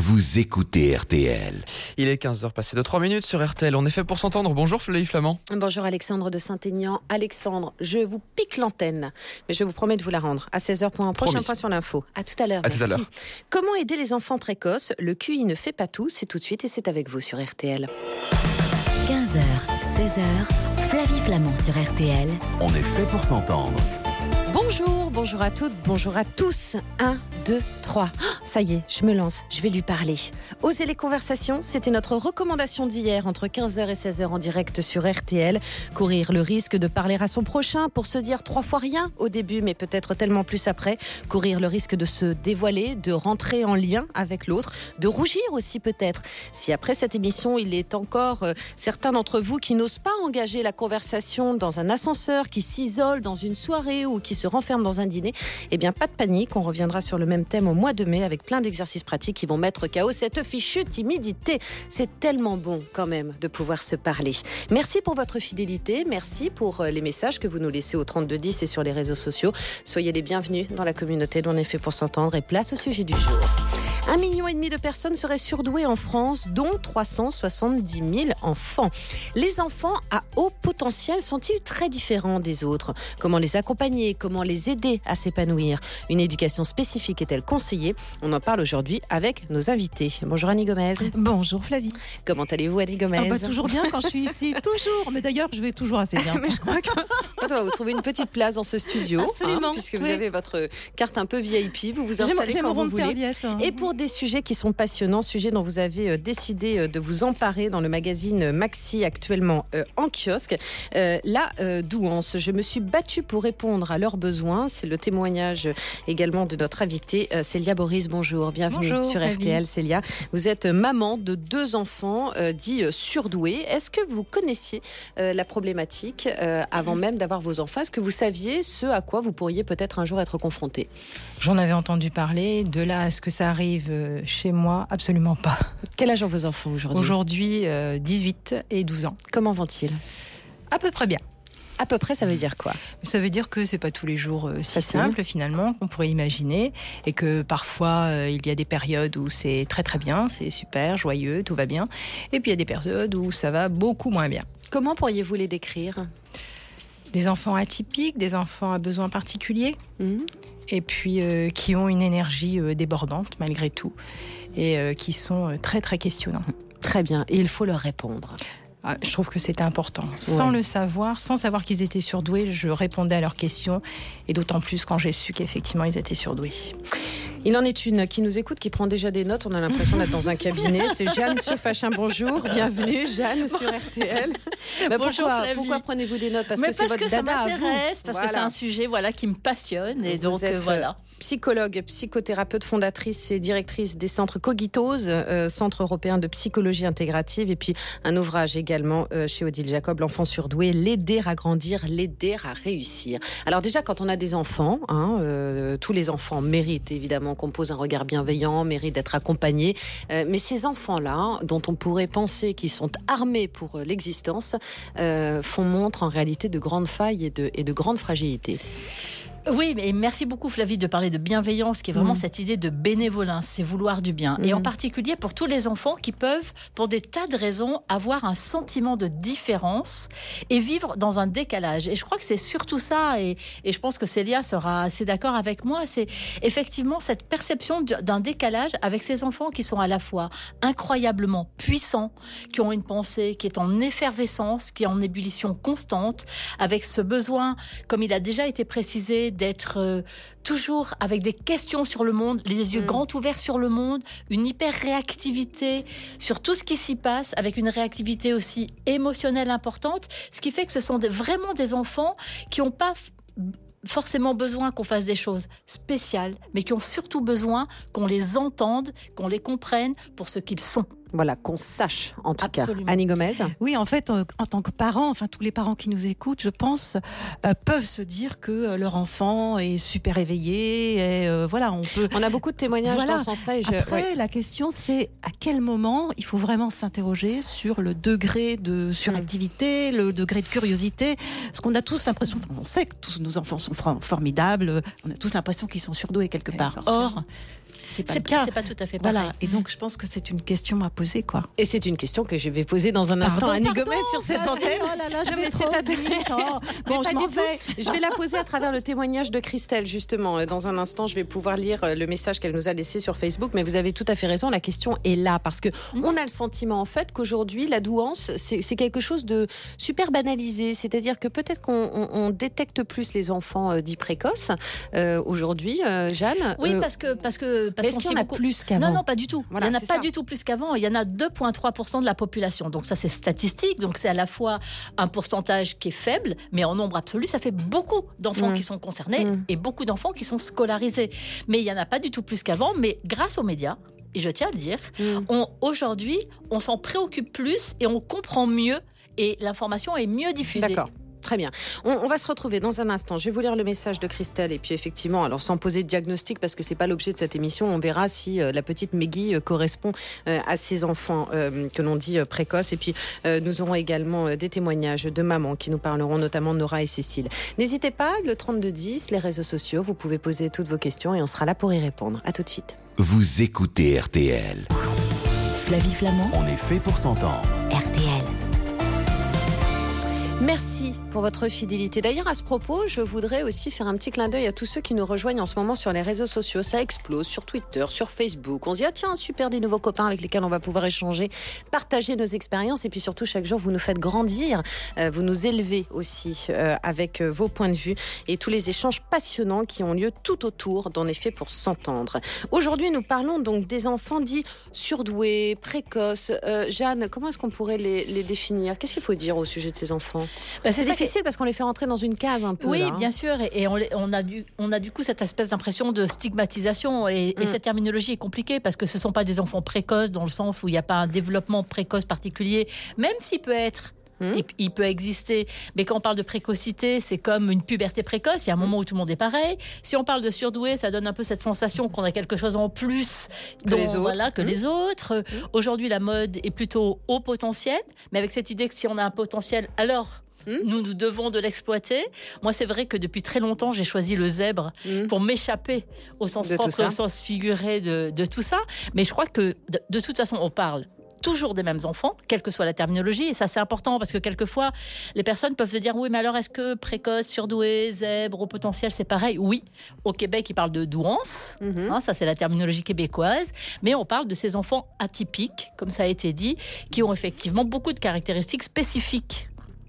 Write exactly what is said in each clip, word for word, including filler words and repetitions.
vous écoutez R T L. Il est quinze heures passées de trois minutes sur R T L. On est fait pour s'entendre. Bonjour Flavie Flamand. Bonjour Alexandre de Saint-Aignan. Alexandre, je vous pique l'antenne, mais je vous promets de vous la rendre à seize heures pour un prochain point sur l'info. À tout à l'heure. À tout à l'heure. Comment aider les enfants précoces? Le Q I ne fait pas tout. C'est tout de suite et c'est avec vous sur R T L. quinze heures, seize heures, Flavie Flamand sur R T L. On est fait pour s'entendre. Bonjour, bonjour à toutes, bonjour à tous. Un, deux, trois. Ça y est, je me lance, je vais lui parler. Oser les conversations, c'était notre recommandation d'hier entre quinze heures et seize heures en direct sur R T L. Courir le risque de parler à son prochain pour se dire trois fois rien au début, mais peut-être tellement plus après. Courir le risque de se dévoiler, de rentrer en lien avec l'autre, de rougir aussi peut-être. Si après cette émission, il est encore euh, certains d'entre vous qui n'osent pas engager la conversation dans un ascenseur, qui s'isolent dans une soirée ou qui se renferment dans un dîner, eh bien pas de panique, on reviendra sur le même thème au mois de mai avec plein d'exercices pratiques qui vont mettre K O cette fichue timidité. C'est tellement bon quand même de pouvoir se parler. Merci pour votre fidélité, merci pour les messages que vous nous laissez au trente-deux dix et sur les réseaux sociaux. Soyez les bienvenus dans la communauté dont on est fait pour s'entendre et place au sujet du jour. Un million et demi de personnes seraient surdouées en France, dont trois cent soixante-dix mille enfants. Les enfants à haut potentiel sont-ils très différents des autres? Comment les accompagner? Comment les aider à s'épanouir? Une éducation spécifique est-elle conseillée? On en parle aujourd'hui avec nos invités. Bonjour Annie Gomez. Bonjour Flavie. Comment allez-vous Annie Gomez? Ah bah, toujours bien quand je suis ici, toujours. Mais d'ailleurs, je vais toujours assez bien. Mais je crois que vous trouvez une petite place dans ce studio. Absolument. Hein, puisque vous oui. avez votre carte un peu V I P. Vous vous installez J'aime quand mon vous voulez. serviette. Et pour des sujets qui sont passionnants, sujets dont vous avez décidé de vous emparer dans le magazine Maxi actuellement euh, en kiosque. Euh, la euh, douance, je me suis battue pour répondre à leurs besoins. C'est le témoignage également de notre invitée euh, Célia Boris. Bonjour, bienvenue Bonjour, sur Flavie. R T L Célia. Vous êtes maman de deux enfants euh, dits surdoués. Est-ce que vous connaissiez euh, la problématique euh, avant même d'avoir vos enfants? Est-ce que vous saviez ce à quoi vous pourriez peut-être un jour être confrontés? J'en avais entendu parler. De là à ce que ça arrive chez moi, absolument pas. Quel âge ont vos enfants aujourd'hui? Aujourd'hui, euh, dix-huit et douze ans. Comment vont-ils? À peu près bien. À peu près, ça veut dire quoi? Ça veut dire que c'est pas tous les jours euh, si Facile. simple finalement qu'on pourrait imaginer, et que parfois euh, il y a des périodes où c'est très très bien, c'est super, joyeux, tout va bien, et puis il y a des périodes où ça va beaucoup moins bien. Comment pourriez-vous les décrire? Des enfants atypiques, des enfants à besoins particuliers, mmh. et puis euh, qui ont une énergie euh, débordante malgré tout, et euh, qui sont euh, très très questionnants. Très bien, et il faut leur répondre. Ah, je trouve que c'était important. Sans Ouais. le savoir, sans savoir qu'ils étaient surdoués, je répondais à leurs questions, et d'autant plus quand j'ai su qu'effectivement ils étaient surdoués. Il en est une qui nous écoute, qui prend déjà des notes. On a l'impression d'être dans un cabinet. C'est Jeanne Surfachin. Bonjour, bienvenue Jeanne sur R T L. Bah, Bonjour pourquoi, Flavie. pourquoi prenez-vous des notes? Parce Mais que c'est parce votre que ça dada à vous. m'intéresse, parce Voilà. que c'est un sujet voilà, qui me passionne. Et Vous donc êtes euh, voilà. psychologue, psychothérapeute, fondatrice et directrice des centres Cogitose, euh, Centre européen de psychologie intégrative, et puis un ouvrage également euh, chez Odile Jacob, L'enfant surdoué, l'aider à grandir, l'aider à réussir. Alors déjà, quand on a des enfants, hein, euh, tous les enfants méritent évidemment qu'on pose un regard bienveillant, méritent d'être accompagnés, euh, mais ces enfants-là, dont on pourrait penser qu'ils sont armés pour euh, l'existence, euh, font montre en réalité de grandes failles et de, et de grandes fragilités. Oui, mais merci beaucoup Flavie de parler de bienveillance, qui est vraiment Mmh. cette idée de bénévolence, c'est vouloir du bien. Mmh. Et en particulier pour tous les enfants qui peuvent, pour des tas de raisons, avoir un sentiment de différence et vivre dans un décalage. Et je crois que c'est surtout ça, et, et je pense que Célia sera assez d'accord avec moi, c'est effectivement cette perception d'un décalage avec ces enfants qui sont à la fois incroyablement puissants, qui ont une pensée qui est en effervescence, qui est en ébullition constante, avec ce besoin, comme il a déjà été précisé, d'être euh, toujours avec des questions sur le monde, les yeux mmh. grands ouverts sur le monde, une hyper réactivité sur tout ce qui s'y passe, avec une réactivité aussi émotionnelle importante, ce qui fait que ce sont des, vraiment des enfants qui n'ont pas f- forcément besoin qu'on fasse des choses spéciales, mais qui ont surtout besoin qu'on les entende, qu'on les comprenne pour ce qu'ils sont. Voilà, qu'on sache en tout Absolument. cas. Annie Gomez. Oui, en fait, en, en tant que parents, enfin tous les parents qui nous écoutent, je pense, euh, peuvent se dire que euh, leur enfant est super éveillé. Et euh, voilà, on peut. On a beaucoup de témoignages Voilà. dans ce sens-là. Et je... Après, ouais. la question, c'est à quel moment il faut vraiment s'interroger sur le degré de suractivité, mmh. le degré de curiosité. Parce qu'on a tous l'impression, enfin, on sait que tous nos enfants sont formidables, on a tous l'impression qu'ils sont surdoués quelque part. Or, c'est pas C'est le cas. c'est pas tout à fait pareil. Voilà. Et donc, je pense que c'est une question à poser, quoi. Et c'est une question que je vais poser dans un instant Pardon, à Annie pardon, Gomez sur cette pardon. antenne. Oh là là, je Ah, vais mais trop c'est vite. Oh. Mais Bon, pas je m'en du vais. tout. Je vais la poser à travers le témoignage de Christelle, justement. Euh, Dans un instant, je vais pouvoir lire euh, le message qu'elle nous a laissé sur Facebook. Mais vous avez tout à fait raison, la question est là. Parce que Mmh. on a le sentiment, en fait, qu'aujourd'hui, la douance, c'est c'est quelque chose de super banalisé. C'est-à-dire que peut-être qu'on on, on détecte plus les enfants euh, dits précoces euh, aujourd'hui, euh, Jeanne. Oui, Euh, parce que parce que parce est-ce qu'on qu'il y en sait a beaucoup- plus qu'avant? Non, non, pas du tout. Voilà, il n'y en a c'est pas ça. du tout plus qu'avant. Il y en a deux virgule trois pour cent de la population. Donc ça, c'est statistique. Donc c'est à la fois un pourcentage qui est faible, mais en nombre absolu, ça fait beaucoup d'enfants Mm. qui sont concernés Mm. et beaucoup d'enfants qui sont scolarisés. Mais il n'y en a pas du tout plus qu'avant. Mais grâce aux médias, et je tiens à le dire, Mm. on, aujourd'hui, on s'en préoccupe plus et on comprend mieux et l'information est mieux diffusée. D'accord. Très bien. On, on va se retrouver dans un instant. Je vais vous lire le message de Christelle et puis effectivement, alors sans poser de diagnostic parce que c'est pas l'objet de cette émission, on verra si euh, la petite Meggy euh, correspond euh, à ces enfants euh, que l'on dit euh, précoces. Et puis euh, nous aurons également euh, des témoignages de mamans qui nous parleront, notamment Nora et Cécile. N'hésitez pas, le trente-deux dix, les réseaux sociaux, vous pouvez poser toutes vos questions et on sera là pour y répondre. À tout de suite. Vous écoutez R T L. Flavie Flamand, On est fait pour s'entendre. R T L. Merci pour votre fidélité. D'ailleurs, à ce propos, je voudrais aussi faire un petit clin d'œil à tous ceux qui nous rejoignent en ce moment sur les réseaux sociaux. Ça explose sur Twitter, sur Facebook. On se dit, ah tiens, super, des nouveaux copains avec lesquels on va pouvoir échanger, partager nos expériences. Et puis surtout, chaque jour, vous nous faites grandir. Euh, vous nous élevez aussi euh, avec euh, vos points de vue et tous les échanges passionnants qui ont lieu tout autour d'En effet pour s'entendre. Aujourd'hui, nous parlons donc des enfants dits surdoués, précoces. Euh, Jeanne, comment est-ce qu'on pourrait les, les définir? Qu'est-ce qu'il faut dire au sujet de ces enfants? Bah, C'est ça qui- difficile parce qu'on les fait rentrer dans une case un peu. Oui, là, hein. bien sûr, et, et on, les- on a du, on a du coup cette espèce d'impression de stigmatisation, et, et Mm. cette terminologie est compliquée parce que ce sont pas des enfants précoces dans le sens où il n'y a pas un développement précoce particulier, même s'il peut être. Mm. Il, il peut exister, mais quand on parle de précocité, c'est comme une puberté précoce. Il y a un moment où tout le monde est pareil. Si on parle de surdoué, ça donne un peu cette sensation qu'on a quelque chose en plus Que dont- les autres. Voilà, que Mm. les autres. Aujourd'hui, la mode est plutôt au potentiel, mais avec cette idée que si on a un potentiel, alors Mm. nous, nous devons de l'exploiter. Moi, c'est vrai que depuis très longtemps, j'ai choisi le zèbre Mm. pour m'échapper au sens De tout propre ça. et au sens figuré de, de tout ça. Mais je crois que de, de toute façon, on parle toujours des mêmes enfants, quelle que soit la terminologie, et ça c'est important parce que quelquefois les personnes peuvent se dire oui mais alors est-ce que précoce, surdoué, zèbre, au potentiel c'est pareil? Oui, au Québec ils parlent de douance, Mhm. hein, ça c'est la terminologie québécoise, mais on parle de ces enfants atypiques, comme ça a été dit, qui ont effectivement beaucoup de caractéristiques spécifiques.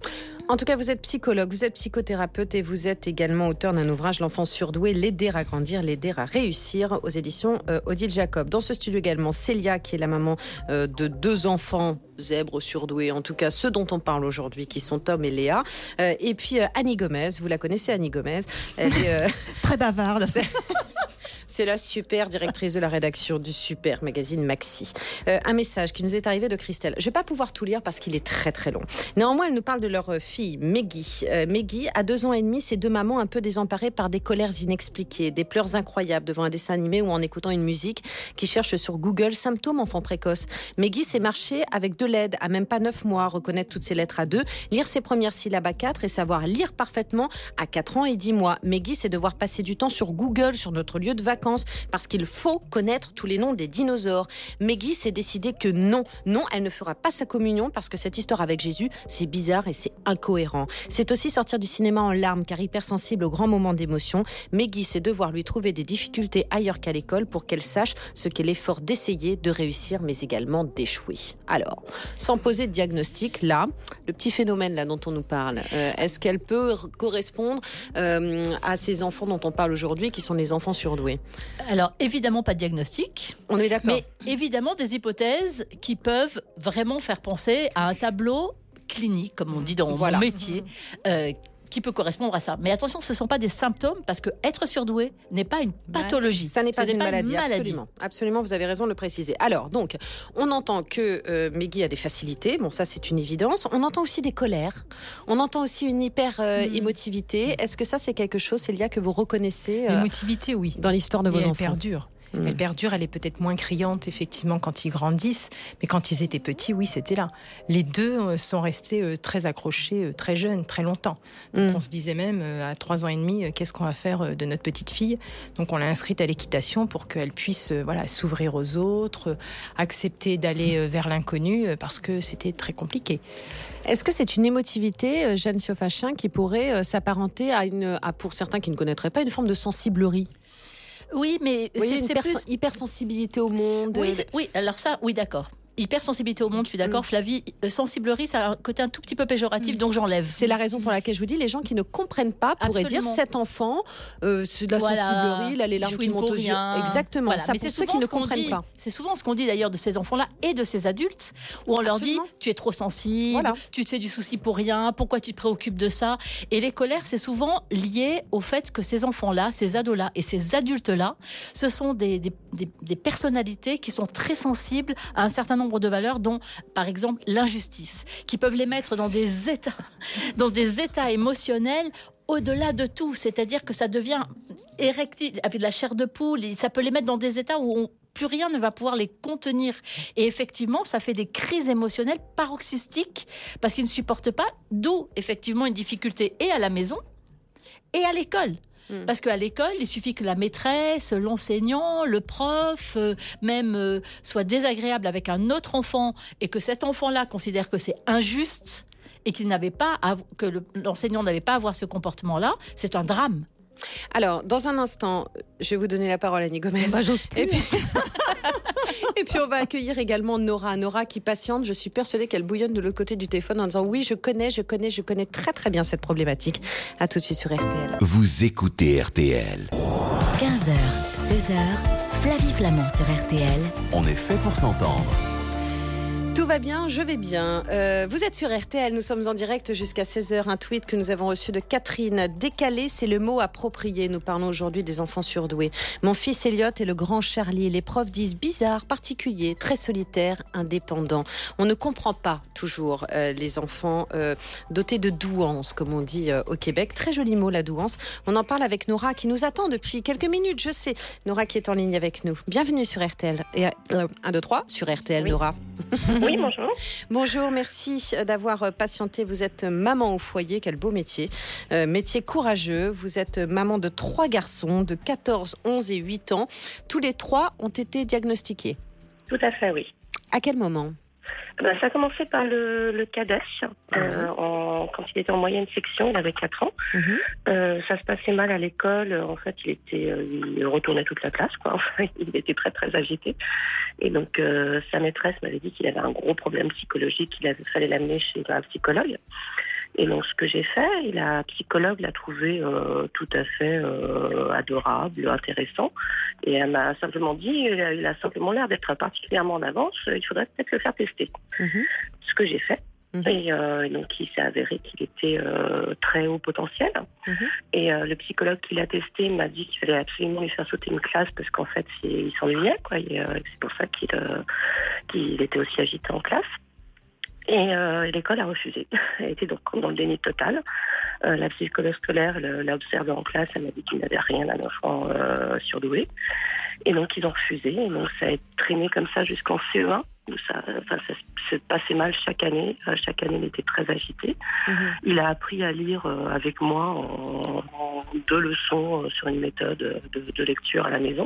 En tout cas, vous êtes psychologue, vous êtes psychothérapeute et vous êtes également auteur d'un ouvrage, L'enfant surdoué, l'aider à grandir, l'aider à réussir, aux éditions euh, Odile Jacob. Dans ce studio également, Célia, qui est la maman euh, de deux enfants zèbres surdoués, en tout cas ceux dont on parle aujourd'hui, qui sont Tom et Léa. Euh, et puis euh, Annie Gomez, vous la connaissez, Annie Gomez. Elle est, euh, Très bavarde. c'est la super directrice de la rédaction du super magazine Maxi. Euh, un message qui nous est arrivé de Christelle. Je vais pas pouvoir tout lire parce qu'il est très très long. Néanmoins, elle nous parle de leur euh, fille, Meggy. Euh, Meggy, à deux ans et demi, ces deux mamans un peu désemparées par des colères inexpliquées, des pleurs incroyables devant un dessin animé ou en écoutant une musique, qui cherchent sur Google symptômes enfant précoce. Meggy s'est marché avec de l'aide, à même pas neuf mois, reconnaître toutes ses lettres à deux, lire ses premières syllabes à quatre et savoir lire parfaitement à quatre ans et dix mois. Meggy, c'est devoir passer du temps sur Google, sur notre lieu de vacances, parce qu'il faut connaître tous les noms des dinosaures. Meggy s'est décidé que non, non, elle ne fera pas sa communion parce que cette histoire avec Jésus, c'est bizarre et c'est incohérent. C'est aussi sortir du cinéma en larmes car hypersensible aux grands moments d'émotion. Meggy, c'est devoir lui trouver des difficultés ailleurs qu'à l'école pour qu'elle sache ce qu'est l'effort d'essayer, de réussir, mais également d'échouer. Alors, sans poser de diagnostic, là, le petit phénomène là dont on nous parle, euh, est-ce qu'elle peut r- correspondre euh, à ces enfants dont on parle aujourd'hui, qui sont les enfants surdoués? Alors évidemment pas de diagnostic, On est d'accord. mais évidemment des hypothèses qui peuvent vraiment faire penser à un tableau clinique, comme on dit dans Voilà. mon métier, euh, qui peut correspondre à ça. Mais attention, ce ne sont pas des symptômes, parce que être surdoué n'est pas une pathologie. Ça n'est pas Ce une maladie, absolument. Absolument, vous avez raison de le préciser. Alors, donc, on entend que euh, Meggy a des facilités. Bon, ça, c'est une évidence. On entend aussi des colères. On entend aussi une hyper euh, Mm. émotivité. Est-ce que ça, c'est quelque chose, Célia, que vous reconnaissez euh, L'émotivité, oui. dans l'histoire de Et vos elle enfants? perdure. Mmh. Elle perdure, elle est peut-être moins criante, effectivement, quand ils grandissent. Mais quand ils étaient petits, oui, c'était là. Les deux sont restés très accrochés, très jeunes, très longtemps. Donc mmh. on se disait même, à trois ans et demi, qu'est-ce qu'on va faire de notre petite fille ? Donc on l'a inscrite à l'équitation pour qu'elle puisse voilà, s'ouvrir aux autres, accepter d'aller vers l'inconnu, parce que c'était très compliqué. Est-ce que c'est une émotivité, Jeanne Siofachin, qui pourrait s'apparenter à, une, à, pour certains qui ne connaîtraient pas, une forme de sensiblerie ? Oui, mais oui, c'est, une c'est perso- plus hypersensibilité au monde. Oui, oui, alors ça, oui, d'accord. Hypersensibilité au monde, je suis d'accord. Mmh. Flavie, euh, sensiblerie, ça a un côté un tout petit peu péjoratif, mmh. donc j'enlève. C'est la raison pour laquelle je vous dis, les gens qui ne comprennent pas pourraient Absolument. dire cet enfant, euh, c'est de la voilà. sensiblerie, là, les larmes qui montent aux yeux. Exactement, voilà. ça Mais pour c'est ceux qui ne comprennent dit, pas. C'est souvent ce qu'on dit d'ailleurs de ces enfants-là et de ces adultes, où on leur Absolument. dit, tu es trop sensible, voilà. tu te fais du souci pour rien, pourquoi tu te préoccupes de ça ? Et les colères, c'est souvent lié au fait que ces enfants-là, ces ados-là et ces adultes-là, ce sont des, des, des, des personnalités qui sont très sensibles à un certain nombre de valeurs, dont par exemple l'injustice, qui peuvent les mettre dans des états, dans des états émotionnels au-delà de tout, c'est-à-dire que ça devient érectile, avec de la chair de poule, et ça peut les mettre dans des états où on, plus rien ne va pouvoir les contenir. Et effectivement, ça fait des crises émotionnelles paroxystiques, parce qu'ils ne supportent pas, d'où effectivement une difficulté et à la maison et à l'école. Parce qu'à l'école, il suffit que la maîtresse, l'enseignant, le prof, euh, même euh, soit désagréable avec un autre enfant et que cet enfant-là considère que c'est injuste et qu'il n'avait pas à, que le, l'enseignant n'avait pas à avoir ce comportement-là, c'est un drame. Alors, dans un instant, je vais vous donner la parole, Annie Gomez. Bah, j'ose plus. Et puis... Et puis on va accueillir également Nora. Nora qui patiente, je suis persuadée qu'elle bouillonne de l'autre côté du téléphone en disant oui, je connais, je connais, je connais très très bien cette problématique. À tout de suite sur R T L. Vous écoutez R T L. quinze heures, seize heures, Flavie Flamand sur R T L. On est fait pour s'entendre. Tout va bien, je vais bien. Euh, vous êtes sur R T L, nous sommes en direct jusqu'à seize heures. Un tweet que nous avons reçu de Catherine. Décalé, c'est le mot approprié. Nous parlons aujourd'hui des enfants surdoués. Mon fils Elliot et le grand Charlie. Les profs disent bizarre, particulier, très solitaire, indépendant. On ne comprend pas toujours euh, les enfants euh, dotés de douance, comme on dit euh, au Québec. Très joli mot, la douance. On en parle avec Nora qui nous attend depuis quelques minutes, je sais. Nora qui est en ligne avec nous. Bienvenue sur R T L. Et euh, un, deux, trois sur R T L, oui. Nora. Oui, bonjour. Bonjour, merci d'avoir patienté. Vous êtes maman au foyer, quel beau métier. Euh, métier courageux. Vous êtes maman de trois garçons de quatorze, onze et huit ans. Tous les trois ont été diagnostiqués. Tout à fait, oui. À quel moment ? Ben, ça a commencé par le, le cadet. Euh, en, quand il était en moyenne section, il avait quatre ans. Mm-hmm. Euh, ça se passait mal à l'école. En fait, il était, euh, il retournait toute la classe, quoi. Enfin, il était très, très agité. Et donc, euh, sa maîtresse m'avait dit qu'il avait un gros problème psychologique, qu'il avait, fallait l'amener chez un psychologue. Et donc, ce que j'ai fait, la psychologue l'a trouvé euh, tout à fait euh, adorable, intéressant. Et elle m'a simplement dit, il a, il a simplement l'air d'être particulièrement en avance, il faudrait peut-être le faire tester. Mm-hmm. Ce que j'ai fait. Mm-hmm. Et euh, donc, il s'est avéré qu'il était euh, très haut potentiel. Mm-hmm. Et euh, le psychologue qui l'a testé m'a dit qu'il fallait absolument lui faire sauter une classe parce qu'en fait, c'est, il s'ennuyait, quoi. Et euh, c'est pour ça qu'il, euh, qu'il était aussi agité en classe. Et euh, l'école a refusé. Elle était donc dans le déni total. Euh, la psychologue scolaire l'a observé en classe. Elle m'a dit qu'il n'avait rien d'un enfant euh, surdoué. Et donc, ils ont refusé. Et donc, ça a traîné comme ça jusqu'en C E un. Où ça, enfin, ça se passait mal chaque année. Euh, chaque année, il était très agité. Mmh. Il a appris à lire euh, avec moi en, en deux leçons euh, sur une méthode de, de lecture à la maison.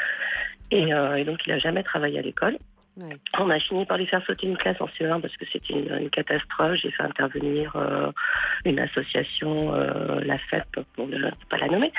Et, euh, et donc, il n'a jamais travaillé à l'école. Ouais. On a fini par lui faire sauter une classe en C E un parce que c'était une, une catastrophe. J'ai fait intervenir euh, une association, euh, la F E P, pour ne pas la nommer.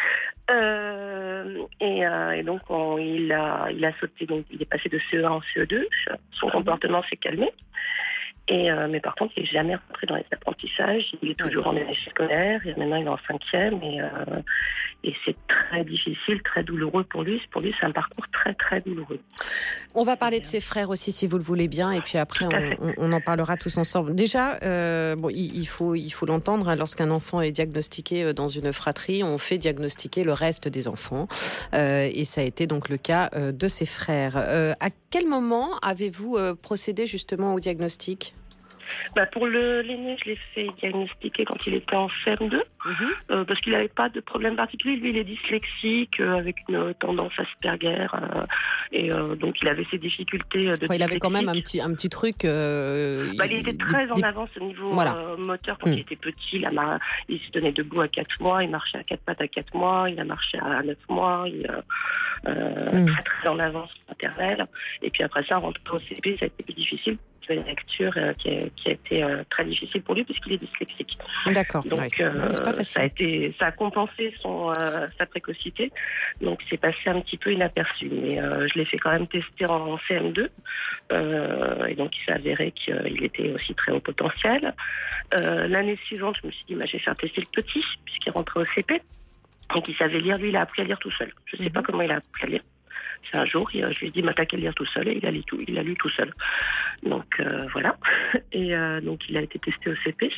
Euh, et, euh, et donc, on, il, a, il a sauté, donc il est passé de C E un en C E deux. Son comportement s'est calmé. Et, euh, mais par contre, il n'est jamais rentré dans les apprentissages. Il est toujours en échec scolaire. Et maintenant, il est en cinquième. Et, euh, et c'est très difficile, très douloureux pour lui. Pour lui, c'est un parcours très, très douloureux. On va parler de ses frères aussi, si vous le voulez bien. Et puis après, on, on, on en parlera tous ensemble. Déjà, euh, bon, il, il, faut, il faut l'entendre. Hein, lorsqu'un enfant est diagnostiqué dans une fratrie, on fait diagnostiquer le reste des enfants. Euh, et ça a été donc le cas euh, de ses frères. Euh, à quel moment avez-vous euh, procédé justement au diagnostic ? Bah pour le l'aîné, je l'ai fait diagnostiquer quand il était en C M deux, mmh. euh, parce qu'il n'avait pas de problème particulier. Lui, il est dyslexique, euh, avec une tendance Asperger, euh, et euh, donc il avait ses difficultés. De enfin, il avait quand même un petit, un petit truc. Euh, bah, il était très des, en avance au niveau voilà. euh, moteur quand mmh. il était petit. Il, a, il se tenait debout à quatre mois, il marchait à quatre pattes à quatre mois, il a marché à neuf mois, il euh, euh, mmh. très très en avance maternelle. Et puis après ça, rentrer au C P, ça a été plus difficile. C'est une lecture euh, qui, a, qui a été euh, très difficile pour lui puisqu'il est dyslexique. D'accord. Donc ouais. euh, ça a été, ça a compensé son euh, sa précocité. Donc c'est passé un petit peu inaperçu. Mais euh, je l'ai fait quand même tester en C M deux euh, et donc il s'est avéré qu'il était aussi très haut potentiel. Euh, l'année suivante, je me suis dit, bah, je vais faire tester le petit puisqu'il rentrait au C P. Donc il savait lire. Lui, il a appris à lire tout seul. Je ne sais mm-hmm. pas comment il a appris à lire. C'est un jour, je lui ai dit, m'attaque à lire tout seul, et il a lu tout, il a lu tout seul. Donc euh, voilà. Et euh, donc il a été testé au C P.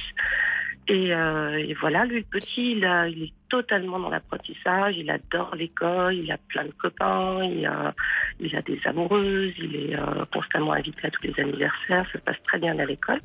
Et, euh, et voilà, lui le petit, il, a, il est totalement dans l'apprentissage. Il adore l'école, il a plein de copains, il a, il a des amoureuses, il est euh, constamment invité à tous les anniversaires. Ça se passe très bien à l'école.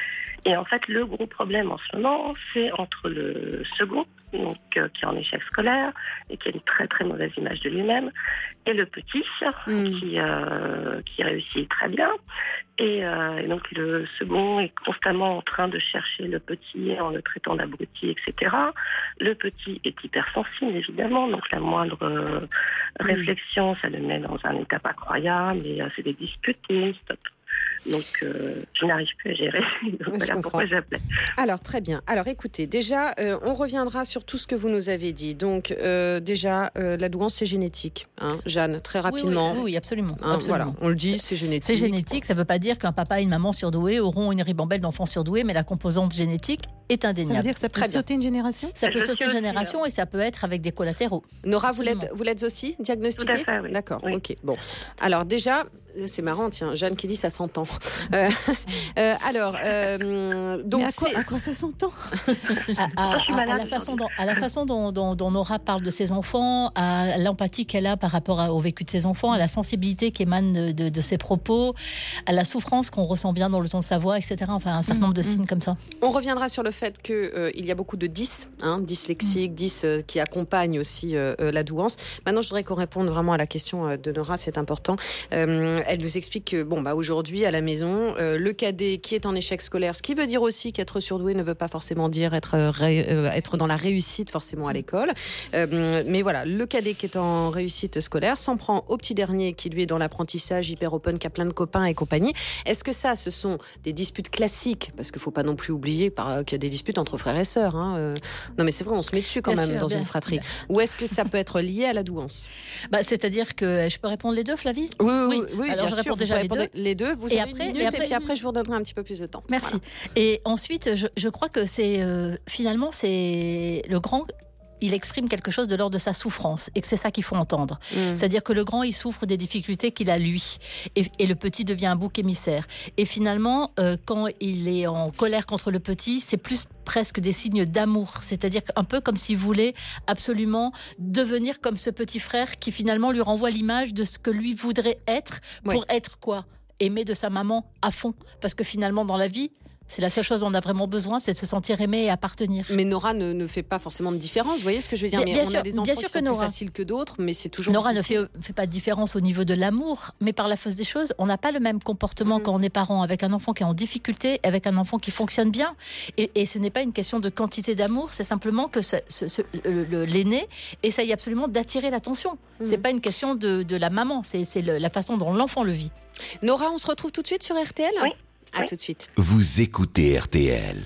Et en fait, le gros problème en ce moment, c'est entre le second, donc, euh, qui est en échec scolaire et qui a une très très mauvaise image de lui-même, et le petit, mmh. qui, euh, qui réussit très bien. Et, euh, et donc le second est constamment en train de chercher le petit en le traitant d'abruti, et cetera. Le petit est hypersensible, évidemment, donc la moindre euh, mmh. réflexion, ça le met dans un état pas croyable, et euh, c'est des disputes et stop. Donc, euh, je n'arrive plus à gérer. Donc, oui, voilà pourquoi j'appelais. Alors, très bien. Alors, écoutez, déjà, euh, on reviendra sur tout ce que vous nous avez dit. Donc, euh, déjà, euh, la douance, c'est génétique. Hein, Jeanne, très rapidement. Oui, oui, oui absolument, hein, absolument. Voilà, on le dit, c'est, c'est génétique. C'est génétique. Ça ne veut pas dire qu'un papa et une maman surdoués auront une ribambelle d'enfants surdoués, mais la composante génétique est indéniable. Ça veut dire que ça peut très sauter bien. une génération Ça peut je sauter une génération et ça peut être avec des collatéraux. Nora, vous l'êtes, vous l'êtes aussi diagnostiquée ? Tout à fait, oui. D'accord, oui. ok. Bon. Alors, déjà, c'est marrant, tiens, Jeanne qui dit ça s'entend. Euh, euh, alors, euh, donc. Mais à quoi, à quoi ça s'entend à, à, à, à la façon dont, à la façon dont, dont, dont Nora parle de ses enfants, à l'empathie qu'elle a par rapport à, au vécu de ses enfants, à la sensibilité qui émane de, de, de ses propos, à la souffrance qu'on ressent bien dans le ton de sa voix, et cetera. Enfin, un certain mmh, nombre de signes mmh. comme ça. On reviendra sur le fait qu'il euh, y a beaucoup de dys, hein, dyslexiques, mmh. dys euh, qui accompagnent aussi euh, la douance. Maintenant, je voudrais qu'on réponde vraiment à la question euh, de Nora, c'est important. Euh, elle nous explique que, bon, bah, aujourd'hui, à la maison, euh, le cadet qui est en échec scolaire, ce qui veut dire aussi qu'être surdoué ne veut pas forcément dire être, ré, euh, être dans la réussite forcément à l'école. Euh, mais voilà, le cadet qui est en réussite scolaire s'en prend au petit dernier qui lui est dans l'apprentissage hyper open, qui a plein de copains et compagnie. Est-ce que ça, ce sont des disputes classiques ? Parce qu'il ne faut pas non plus oublier par, qu'il y a des disputes entre frères et sœurs. Hein. Euh, non mais c'est vrai, on se met dessus quand bien même sûr, dans bien, une fratrie. Bien. Ou est-ce que ça peut être lié à la douance ? Bah, c'est-à-dire que je peux répondre les deux, Flavie ? Oui, oui, oui, oui. Alors bien je réponds sûr, déjà les deux. les deux. Vous et avez après, une minute et, après, et puis après je vous redonnerai un petit peu plus de temps. Merci. Voilà. Et ensuite, je, je crois que c'est euh, finalement c'est le grand. Il exprime quelque chose de l'ordre de sa souffrance et que c'est ça qu'il faut entendre. Mmh. C'est-à-dire que le grand, il souffre des difficultés qu'il a lui et, et le petit devient un bouc émissaire. Et finalement, euh, quand il est en colère contre le petit, c'est plus presque des signes d'amour. C'est-à-dire un peu comme s'il voulait absolument devenir comme ce petit frère qui finalement lui renvoie l'image de ce que lui voudrait être pour ouais. être quoi ? Aimé de sa maman à fond. Parce que finalement, dans la vie, c'est la seule chose dont on a vraiment besoin, c'est de se sentir aimé et appartenir. Mais Nora ne, ne fait pas forcément de différence, vous voyez ce que je veux dire ? Bien, mais bien on sûr, a des enfants bien sûr qui sont que Nora. plus faciles que d'autres, mais c'est toujours Nora difficile. ne fait, fait pas de différence au niveau de l'amour, mais par la force des choses, on n'a pas le même comportement mmh. quand on est parent avec un enfant qui est en difficulté, avec un enfant qui fonctionne bien. Et, et ce n'est pas une question de quantité d'amour, c'est simplement que ce, ce, ce, le, l'aîné essaye absolument d'attirer l'attention. Mmh. C'est pas une question de, de la maman, c'est, c'est le, la façon dont l'enfant le vit. Nora, on se retrouve tout de suite sur R T L ? Oui. À oui. tout de suite. Vous écoutez R T L.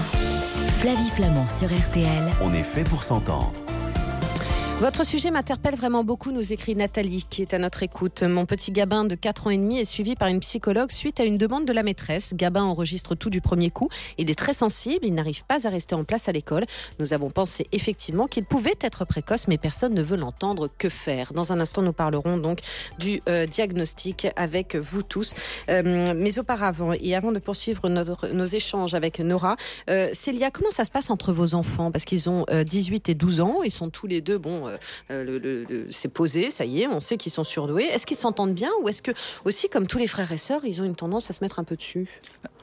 Flavie Flamand sur R T L. On est fait pour s'entendre. Votre sujet m'interpelle vraiment beaucoup, nous écrit Nathalie, qui est à notre écoute. Mon petit Gabin de quatre ans et demi est suivi par une psychologue suite à une demande de la maîtresse. Gabin enregistre tout du premier coup. Il est très sensible, il n'arrive pas à rester en place à l'école. Nous avons pensé effectivement qu'il pouvait être précoce, mais personne ne veut l'entendre. Que faire ? Dans un instant, nous parlerons donc du euh, diagnostic avec vous tous. Euh, mais auparavant, et avant de poursuivre notre, nos échanges avec Nora, euh, Célia, comment ça se passe entre vos enfants ? Parce qu'ils ont euh, dix-huit et douze ans, ils sont tous les deux, bon... Euh, le, le, le, c'est posé, ça y est, on sait qu'ils sont surdoués. Est-ce qu'ils s'entendent bien ou est-ce que aussi, comme tous les frères et sœurs, ils ont une tendance à se mettre un peu dessus ?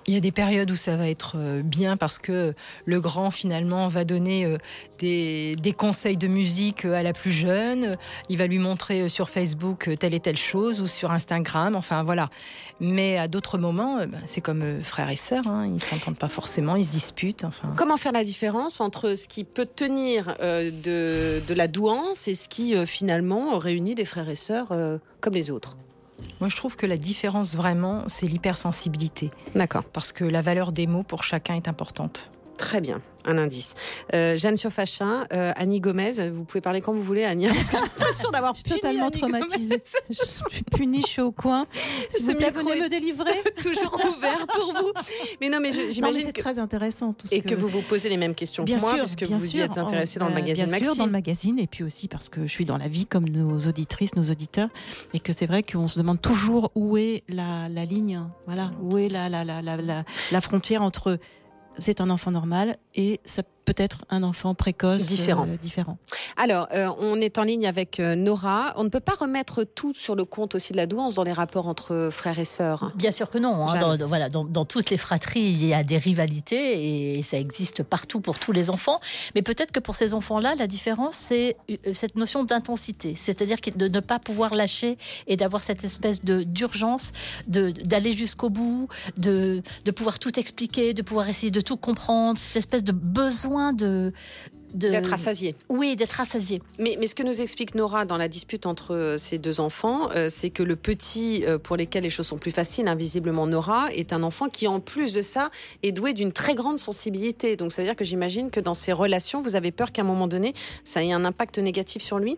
Il y a des périodes où ça va être bien parce que le grand finalement va donner des, des conseils de musique à la plus jeune, il va lui montrer sur Facebook telle et telle chose ou sur Instagram, enfin voilà. Mais à d'autres moments, c'est comme frères et sœurs, hein, ils ne s'entendent pas forcément, ils se disputent. Enfin. Comment faire la différence entre ce qui peut tenir euh, de, de la douance et ce qui euh, finalement réunit des frères et sœurs euh, comme les autres ? Moi, je trouve que la différence, vraiment, c'est l'hypersensibilité. D'accord. Parce que la valeur des mots, pour chacun, est importante. Très bien, un indice. Euh, Jeanne Siofachin, euh, Annie Gomez, vous pouvez parler quand vous voulez, Annie, parce que j'ai l'impression d'avoir Je suis totalement Annie traumatisée. Gomez. Je suis punie, je suis au coin. S'il vous plaît, venez me délivrer. Toujours ouvert pour vous. Mais non, mais je, j'imagine non, mais c'est que... très intéressant tout ce Et que... que vous vous posez les mêmes questions bien que moi, sûr, puisque bien vous sûr, y êtes intéressée dans le euh, magazine bien Maxime. sûr, dans le magazine, et puis aussi parce que je suis dans la vie comme nos auditrices, nos auditeurs, et que c'est vrai qu'on se demande toujours où est la, la ligne, voilà, où est la, la, la, la, la, la frontière entre c'est un enfant normal et ça peut être un enfant précoce différent. Euh, différent. Alors, euh, on est en ligne avec euh, Nora. On ne peut pas remettre tout sur le compte aussi de la douance dans les rapports entre frères et sœurs. Bien sûr que non. Hein. Dans, dans, voilà, dans, dans toutes les fratries, il y a des rivalités et ça existe partout pour tous les enfants. Mais peut-être que pour ces enfants-là, la différence, c'est cette notion d'intensité. C'est-à-dire de ne pas pouvoir lâcher et d'avoir cette espèce de, d'urgence de, d'aller jusqu'au bout, de, de pouvoir tout expliquer, de pouvoir essayer de tout comprendre, cette espèce de besoin de... De... D'être rassasié. Oui, d'être rassasié. Mais, mais ce que nous explique Nora dans la dispute entre ces deux enfants, euh, c'est que le petit, euh, pour lesquels les choses sont plus faciles, invisiblement Nora, est un enfant qui, en plus de ça, est doué d'une très grande sensibilité. Donc ça veut dire que j'imagine que dans ces relations, vous avez peur qu'à un moment donné, ça ait un impact négatif sur lui ?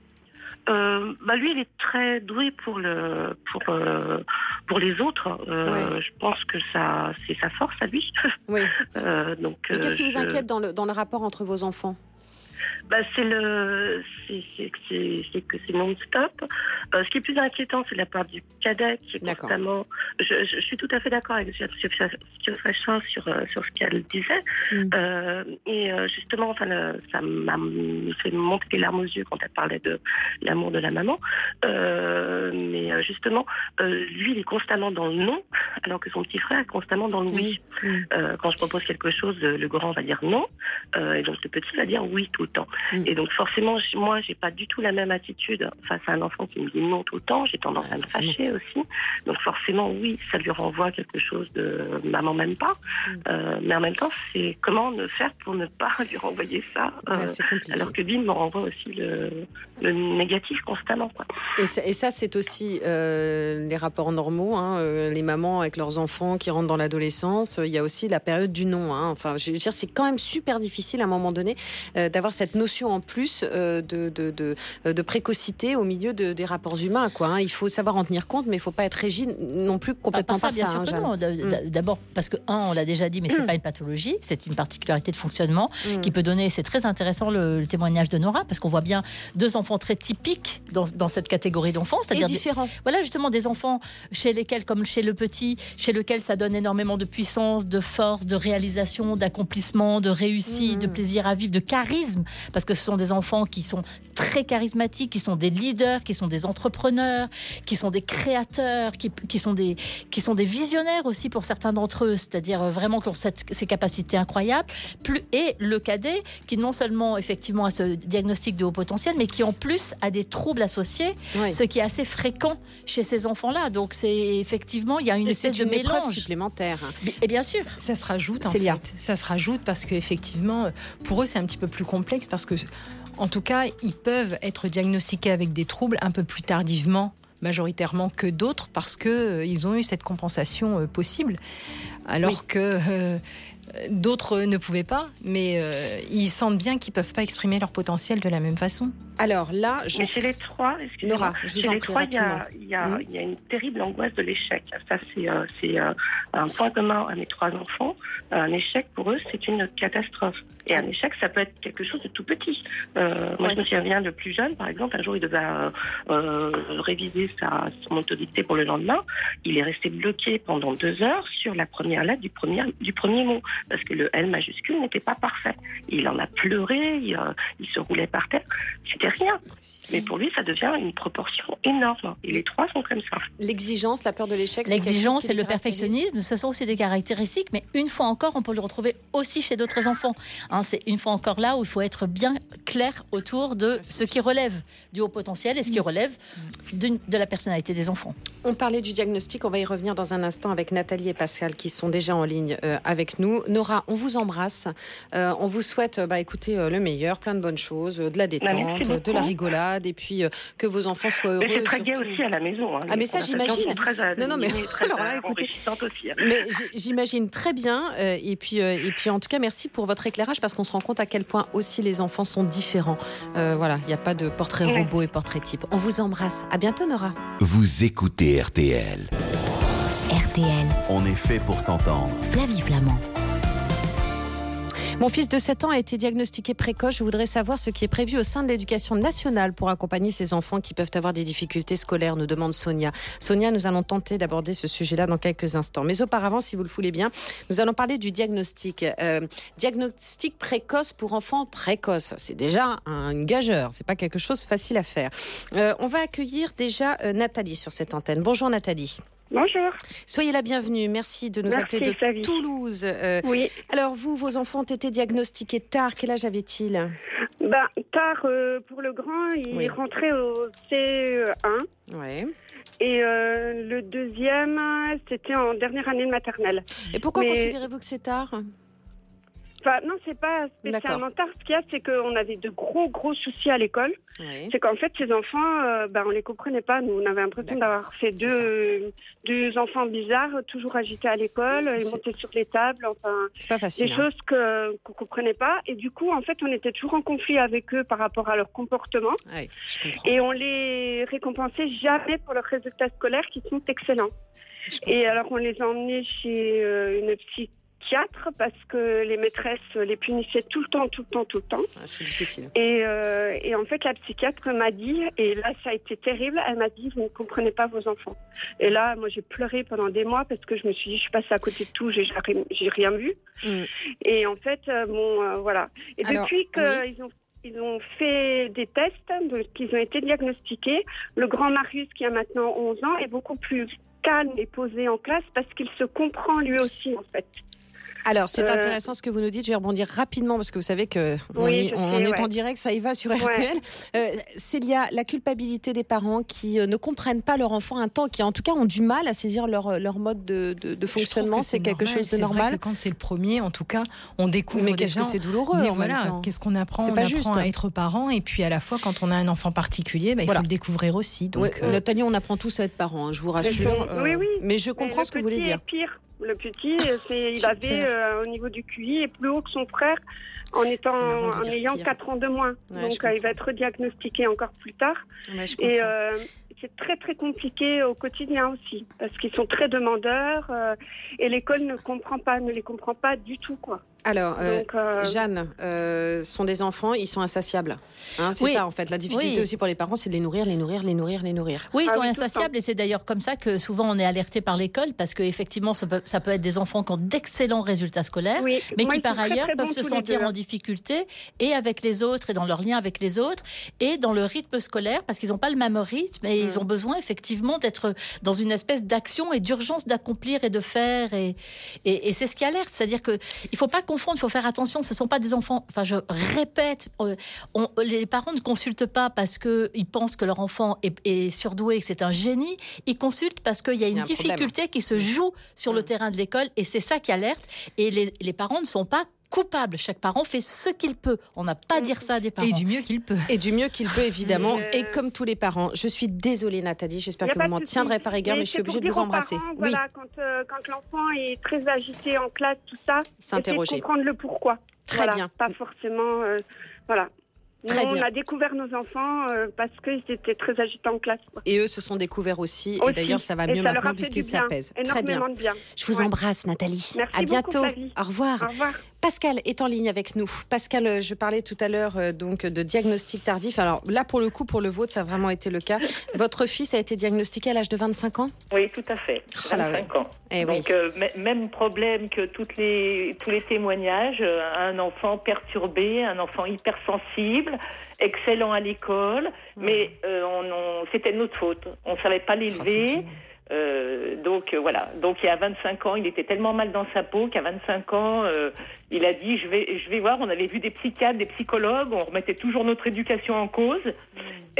Euh, bah lui, il est très doué pour le pour euh, pour les autres. Euh, ouais. Je pense que ça c'est sa force à lui. Oui. euh, donc. Mais qu'est-ce qui euh, vous inquiète dans le dans le rapport entre vos enfants ? Bah c'est le c'est c'est c'est, c'est que c'est non-stop. Euh, ce qui est plus inquiétant, c'est la part du cadet qui est d'accord. constamment. Je, je, je suis tout à fait d'accord avec Siofachin sur sur ce qu'elle disait. Mm. Euh, et justement, enfin, le, ça m'a fait monter les larmes aux yeux quand elle parlait de l'amour de la maman. Euh, mais justement, euh, lui, il est constamment dans le non, alors que son petit frère est constamment dans le oui. Mm. Mm. Euh, quand je propose quelque chose, le grand va dire non, euh, et donc le petit va dire oui tout le temps. Mmh. Et donc forcément, moi, j'ai pas du tout la même attitude face à un enfant qui me dit non tout le temps. J'ai tendance ouais, à me fâcher aussi. Donc forcément, oui, ça lui renvoie quelque chose de maman m'aime pas. Mmh. Euh, mais en même temps, c'est comment ne faire pour ne pas lui renvoyer ça, euh, ouais, alors que lui me renvoie aussi le, le négatif constamment. Quoi. Et, ça, et ça, c'est aussi euh, les rapports normaux, hein, euh, les mamans avec leurs enfants qui rentrent dans l'adolescence. Il y a aussi la période du non. Hein. Enfin, je veux dire, c'est quand même super difficile à un moment donné euh, d'avoir cette notion en plus euh, de, de, de, de précocité au milieu de, des rapports humains. Quoi, hein. Il faut savoir en tenir compte, mais il ne faut pas être rigide non plus complètement par ça. Bien ça, sûr hein, que non. D'abord parce que, un, on l'a déjà dit, mais ce n'est pas une pathologie, c'est une particularité de fonctionnement mm. qui peut donner, c'est très intéressant le, le témoignage de Nora, parce qu'on voit bien deux enfants très typiques dans, dans cette catégorie d'enfants. C'est-à-dire et différents. Des, voilà, justement, des enfants chez lesquels, comme chez le petit, chez lequel ça donne énormément de puissance, de force, de réalisation, d'accomplissement, de réussite, mm. de plaisir à vivre, de charisme, parce que ce sont des enfants qui sont très charismatiques, qui sont des leaders, qui sont des entrepreneurs, qui sont des créateurs, qui, qui, sont, des, qui sont des visionnaires aussi pour certains d'entre eux, c'est-à-dire vraiment qui ont cette, ces capacités incroyables. Plus, et le cadet, qui non seulement effectivement a ce diagnostic de haut potentiel, mais qui en plus a des troubles associés, oui. ce qui est assez fréquent chez ces enfants-là. Donc c'est effectivement, il y a une et espèce c'est de une mélange supplémentaire. Et bien sûr, ça se rajoute en fait. Ça se rajoute parce qu'effectivement, pour eux, c'est un petit peu plus complexe parce que, en tout cas, ils peuvent être diagnostiqués avec des troubles un peu plus tardivement, majoritairement que d'autres, parce que euh, ils ont eu cette compensation euh, possible, alors oui. que euh, d'autres ne pouvaient pas, mais euh, ils sentent bien qu'ils peuvent pas exprimer leur potentiel de la même façon. Alors là, je... Mais chez les trois, excusez-moi, Nora, je chez les trois, il y a, il y, a, mmh. il y a une terrible angoisse de l'échec. Ça, c'est, euh, c'est euh, un point commun à mes trois enfants. Un échec, pour eux, c'est une catastrophe. Et un échec, ça peut être quelque chose de tout petit. Euh, moi, ouais. je me souviens, le plus jeune, par exemple, un jour, il devait euh, euh, réviser sa, son autodictée pour le lendemain. Il est resté bloqué pendant deux heures sur la première lettre du premier, du premier mot. parce que le L majuscule n'était pas parfait. Il en a pleuré, il, euh, il se roulait par terre. C'était rien. Mais pour lui, ça devient une proportion énorme. Et les trois sont comme ça. L'exigence, la peur de l'échec. L'exigence et le perfectionnisme, ce sont aussi des caractéristiques, mais une fois encore, on peut le retrouver aussi chez d'autres enfants. Hein, c'est une fois encore là où il faut être bien clair autour de ce qui relève du haut potentiel et ce qui relève de, de la personnalité des enfants. On parlait du diagnostic, on va y revenir dans un instant avec Nathalie et Pascal qui sont déjà en ligne euh, avec nous. Nora, on vous embrasse, euh, on vous souhaite bah, écoutez, euh, le meilleur, plein de bonnes choses, euh, de la détente, bah, de la rigolade et puis euh, que vos enfants soient heureux. Mais c'est très gai surtout... aussi à la maison. Hein. Ah mais ça j'imagine. Très, non non mais très, alors là écoutez, aussi, hein. mais j'imagine très bien euh, et puis euh, et puis en tout cas merci pour votre éclairage parce qu'on se rend compte à quel point aussi les enfants sont différents. Euh, voilà, il n'y a pas de portrait ouais. robot et portrait type. On vous embrasse. À bientôt Nora. Vous écoutez R T L. R T L. On est fait pour s'entendre. Flavie Flamand. Mon fils de sept ans a été diagnostiqué précoce. Je voudrais savoir ce qui est prévu au sein de l'éducation nationale pour accompagner ces enfants qui peuvent avoir des difficultés scolaires, nous demande Sonia. Sonia, nous allons tenter d'aborder ce sujet-là dans quelques instants. Mais auparavant, si vous le voulez bien, nous allons parler du diagnostic. Euh, diagnostic précoce pour enfants précoces. C'est déjà un gageure. C'est pas quelque chose facile à faire. Euh, on va accueillir déjà euh, Nathalie sur cette antenne. Bonjour Nathalie. Bonjour. Soyez la bienvenue. Merci de nous Merci, appeler de Flavie. Toulouse. Euh, oui. Alors vous, vos enfants ont été diagnostiqués tard. Quel âge avaient-ils ? Ben, tard euh, pour le grand, il Oui. rentrait au C un. Ouais. Et euh, le deuxième, c'était en dernière année de maternelle. Et pourquoi Mais... considérez-vous que c'est tard ? Enfin, non, c'est pas spécialement tard. Ce qu'il y a, c'est qu'on avait de gros, gros soucis à l'école. Oui. C'est qu'en fait, ces enfants, euh, ben, on les comprenait pas. Nous, on avait l'impression D'accord. d'avoir fait deux, deux enfants bizarres, toujours agités à l'école, ils C'est- montaient sur les tables, enfin, C'est pas facile. des hein. choses que, qu'on comprenait pas. Et du coup, en fait, on était toujours en conflit avec eux par rapport à leur comportement. Oui, je comprends. Et on les récompensait jamais pour leurs résultats scolaires qui sont excellents. Je comprends. Et alors, on les a emmenés chez euh, une psychiatre parce que les maîtresses les punissaient tout le temps, tout le temps, tout le temps. Ah, c'est difficile. Et, euh, et en fait, la psychiatre m'a dit, et là, ça a été terrible, elle m'a dit, vous ne comprenez pas vos enfants. Et là, moi, j'ai pleuré pendant des mois parce que je me suis dit, je suis passée à côté de tout, j'ai, j'ai rien vu. Mm. Et en fait, euh, bon, euh, voilà. Et Alors, depuis qu'ils oui. ont Ils ont fait des tests, donc ils ont été diagnostiqués. Le grand Marius, qui a maintenant onze ans, est beaucoup plus calme et posé en classe parce qu'il se comprend lui aussi, en fait. Alors, c'est Euh, intéressant ce que vous nous dites. Je vais rebondir rapidement parce que vous savez que on, Oui, y- je on sais, est ouais. en direct, ça y va sur R T L. Euh, Célia, la culpabilité des parents qui euh, ne comprennent pas leur enfant un temps, qui en tout cas ont du mal à saisir leur, leur mode de, de, de fonctionnement, c'est quelque normal. chose de C'est vrai normal. que quand c'est le premier, en tout cas, on découvre Mais des qu'est-ce que gens- c'est douloureux Mais en voilà, même temps. qu'est-ce qu'on apprend C'est On pas apprend juste. à être parent et puis à la fois quand on a un enfant particulier, bah, il Voilà. faut le découvrir aussi. Donc, Ouais, euh, Nathalie, on apprend tous à être parents, hein, je vous rassure. sont- oui, oui. Mais je Mais comprends le ce que vous voulez petit dire. est pire. Le petit, c'est, il avait euh, au niveau du Q I est plus haut que son frère en étant C'est marrant de en dire ayant pire. quatre ans de moins. Ouais, Donc je euh, il va être diagnostiqué encore plus tard. Ouais, je Et comprends. euh, c'est très très compliqué au quotidien aussi parce qu'ils sont très demandeurs euh, et l'école ne comprend pas, ne les comprend pas du tout quoi. Alors, euh, Donc, euh, Jeanne, euh, sont des enfants, ils sont insatiables. Hein, c'est Oui. ça en fait. La difficulté Oui. aussi pour les parents, c'est de les nourrir, les nourrir, les nourrir, les nourrir. Oui, ils Ah sont oui, tout le insatiables et c'est d'ailleurs comme ça que souvent on est alerté par l'école parce qu'effectivement ça peut, ça peut être des enfants qui ont d'excellents résultats scolaires oui. mais Moi, qui ils par sont très, ailleurs très peuvent bons se tous les sentir deux. en difficulté et avec les autres et dans leur lien avec les autres et dans le rythme scolaire parce qu'ils n'ont pas le même rythme et Mm. ils ont besoin effectivement d'être dans une espèce d'action et d'urgence d'accomplir et de faire et, et, et c'est ce qui alerte, c'est-à-dire que il faut pas confondre, il faut faire attention, ce sont pas des enfants, enfin je répète, euh, on, les parents ne consultent pas parce qu'ils pensent que leur enfant est, est surdoué, que c'est un génie, ils consultent parce qu'il y a Il y une a un problème. difficulté qui se joue sur le Mm. terrain de l'école et c'est ça qui alerte et les, les parents ne sont pas coupables, chaque parent fait ce qu'il peut, on n'a pas à dire ça des parents. et du mieux qu'il peut. Et du mieux qu'il peut, évidemment. Mais, euh, Et comme tous les parents, je suis désolée, Nathalie. J'espère Y a que pas vous de m'en souci. tiendrez par égard, mais, je c'est suis pour obligée de dire vous aux embrasser. parents, Oui, voilà, quand, euh, quand l'enfant est très agité en classe, tout ça, essayer s'interroger. de comprendre le pourquoi. Très Voilà, bien. Pas forcément, euh, voilà. Très Nous, bien. on a découvert nos enfants euh, parce qu'ils étaient très agités en classe. Quoi. Et eux se sont découverts aussi. Aussi. Et d'ailleurs, ça va Et mieux ça leur a maintenant fait puisqu'ils du bien, s'apaisent. Très bien. énormément de bien. Je vous Ouais. embrasse, Nathalie. Merci à beaucoup, bientôt. Flavie. Au revoir. Au revoir. Pascal est en ligne avec nous. Pascal, je parlais tout à l'heure euh, donc de diagnostic tardif. Alors là, pour le coup, pour le vôtre, ça a vraiment été le cas. Votre fils a été diagnostiqué à l'âge de vingt-cinq ans ? Oui, tout à fait. Oh là, vingt-cinq ouais. ans. Eh Donc, oui. euh, m- même problème que toutes les, tous les témoignages. Euh, un enfant perturbé, un enfant hypersensible, excellent à l'école, mmh. mais euh, on, on, c'était de notre faute. On ne savait pas l'élever. Oh, Euh, donc euh, voilà. Donc il y a vingt-cinq ans, il était tellement mal dans sa peau qu'à vingt-cinq ans, euh, il a dit je vais, je vais voir. On avait vu des psychiatres, des psychologues. On remettait toujours notre éducation en cause. Mmh.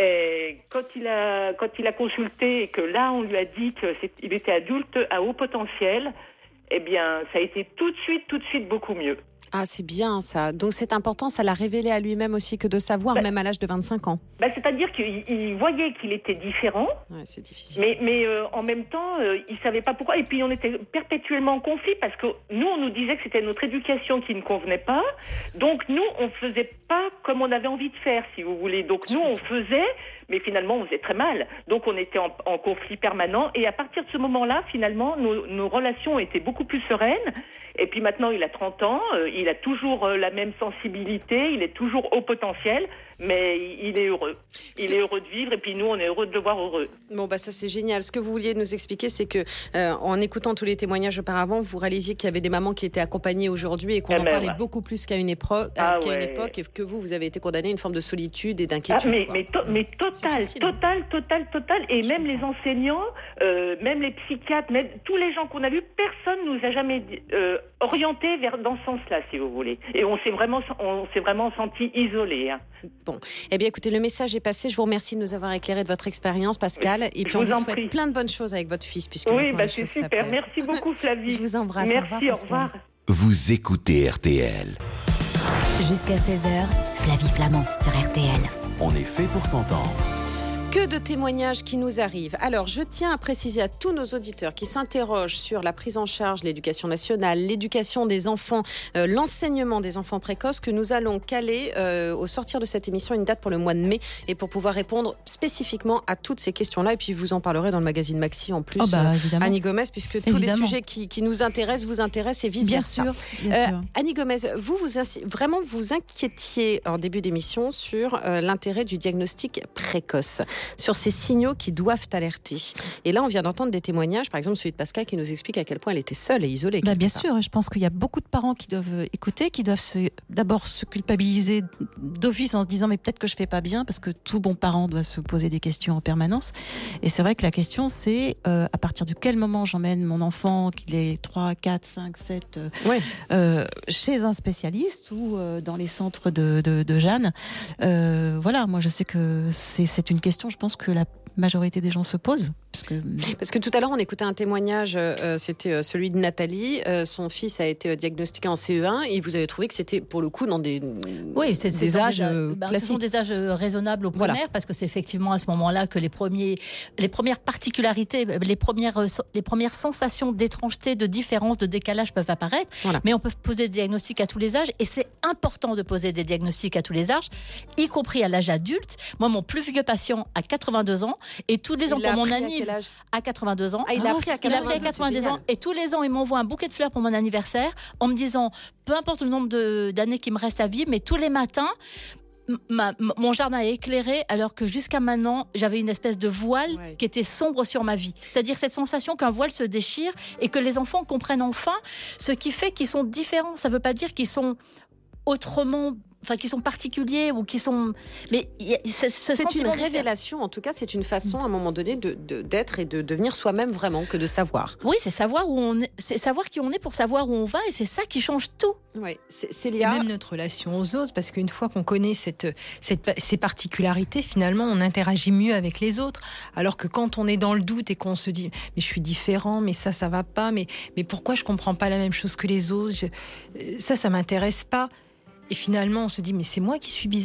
Et quand il a, quand il a consulté et que là on lui a dit qu'il était adulte à haut potentiel, eh bien ça a été tout de suite, tout de suite beaucoup mieux. Ah, c'est bien ça. Donc c'est important, ça l'a révélé à lui-même aussi que de savoir, bah, même à l'âge de vingt-cinq ans. Bah, c'est-à-dire qu'il il voyait qu'il était différent, ouais, c'est difficile. mais, mais euh, en même temps, euh, il ne savait pas pourquoi. Et puis on était perpétuellement en conflit parce que nous, on nous disait que c'était notre éducation qui ne convenait pas. Donc nous, on ne faisait pas comme on avait envie de faire, si vous voulez. Donc nous, on faisait, mais finalement, on faisait très mal. Donc on était en, en conflit permanent. Et à partir de ce moment-là, finalement, nos, nos relations étaient beaucoup plus sereines. Et puis maintenant, il a trente ans, euh, il a toujours euh, la même sensibilité, il est toujours au potentiel, mais il est heureux. Il est heureux de vivre et puis nous, on est heureux de le voir heureux. Bon, bah ça c'est génial. Ce que vous vouliez nous expliquer, c'est que euh, en écoutant tous les témoignages auparavant, vous réalisiez qu'il y avait des mamans qui étaient accompagnées aujourd'hui et qu'on eh en ben, parlait ouais. beaucoup plus qu'à une, épro- ah, qu'à ouais. une époque, et que vous, vous avez été condamné à une forme de solitude et d'inquiétude. Ah, mais, mais, to- mais total, total, total, total. Et Je même comprends. les enseignants, euh, même les psychiatres, même tous les gens qu'on a vus, personne nous a jamais euh, orientés vers dans ce sens-là, si vous voulez. Et on s'est vraiment, on s'est vraiment senti isolés. Hein. Bon, eh bien écoutez, le message est passé. Je vous remercie de nous avoir éclairé de votre expérience, Pascal. Et puis Je on vous, vous souhaite prie. plein de bonnes choses avec votre fils, puisque oui, bah c'est super. Merci beaucoup, Flavie. Je vous embrasse. Merci, au revoir, au revoir. Vous écoutez R T L. Jusqu'à seize heures, Flavie Flamand sur R T L. On est fait pour s'entendre. Que de témoignages qui nous arrivent. Alors, je tiens à préciser à tous nos auditeurs qui s'interrogent sur la prise en charge, l'éducation nationale, l'éducation des enfants, euh, l'enseignement des enfants précoces, que nous allons caler euh, au sortir de cette émission une date pour le mois de mai et pour pouvoir répondre spécifiquement à toutes ces questions-là. Et puis, vous en parlerez dans le magazine Maxi en plus, oh bah, euh, Annie Gomez, puisque tous évidemment. les sujets qui, qui nous intéressent vous intéressent et vice-versa. Bien sûr. Bien euh, sûr. Annie Gomez, vous, vous vraiment vous inquiétiez en début d'émission sur euh, l'intérêt du diagnostic précoce, sur ces signaux qui doivent alerter. Et là, on vient d'entendre des témoignages, par exemple celui de Pascal qui nous explique à quel point elle était seule et isolée. Bah bien sûr, je pense qu'il y a beaucoup de parents qui doivent écouter, qui doivent se, d'abord se culpabiliser d'office en se disant mais peut-être que je fais pas bien, parce que tout bon parent doit se poser des questions en permanence. Et c'est vrai que la question c'est euh, à partir de quel moment j'emmène mon enfant, qu'il ait trois, quatre, cinq, sept, euh, ouais. euh, chez un spécialiste ou euh, dans les centres de, de, de Jeanne. Euh, voilà, moi je sais que c'est, c'est une question, je pense que la majorité des gens se posent. Parce que, parce que tout à l'heure, on écoutait un témoignage, euh, c'était celui de Nathalie. Euh, son fils a été diagnostiqué en C E un et vous avez trouvé que c'était, pour le coup, dans des, oui, c'est, des c'est âges des, euh, bah, classiques. Ce sont des âges raisonnables au primaire, voilà. Parce que c'est effectivement à ce moment-là que les, premiers, les premières particularités, les premières, les premières sensations d'étrangeté, de différence, de décalage peuvent apparaître. Voilà. Mais on peut poser des diagnostics à tous les âges et c'est important de poser des diagnostics à tous les âges, y compris à l'âge adulte. Moi, mon plus vieux patient a quatre-vingt-deux ans et tous les ans pour mon anniv à quatre-vingt-deux ans. Ah, il a appris à quatre-vingt-deux, il a appris à quatre-vingt-deux ans et tous les ans il m'envoie un bouquet de fleurs pour mon anniversaire en me disant peu importe le nombre de, d'années qui me reste à vivre, mais tous les matins Ma, mon jardin est éclairé alors que jusqu'à maintenant j'avais une espèce de voile ouais. qui était sombre sur ma vie, c'est-à-dire cette sensation qu'un voile se déchire et que les enfants comprennent enfin ce qui fait qu'ils sont différents. Ça veut pas dire qu'ils sont autrement, enfin qui sont particuliers ou qui sont, mais ce c'est une révélation en tout cas, c'est une façon à un moment donné de, de, d'être et de devenir soi-même vraiment, que de savoir. Oui, c'est savoir où on est, c'est savoir qui on est pour savoir où on va et c'est ça qui change tout. Oui, c'est, c'est lié à... même notre relation aux autres, parce qu'une fois qu'on connaît cette, cette, ces particularités, finalement on interagit mieux avec les autres, alors que quand on est dans le doute et qu'on se dit mais je suis différent, mais ça ça va pas, mais, mais pourquoi je comprends pas la même chose que les autres, je, ça ça m'intéresse pas. Et finalement, on se dit, mais c'est moi qui suis bizarre.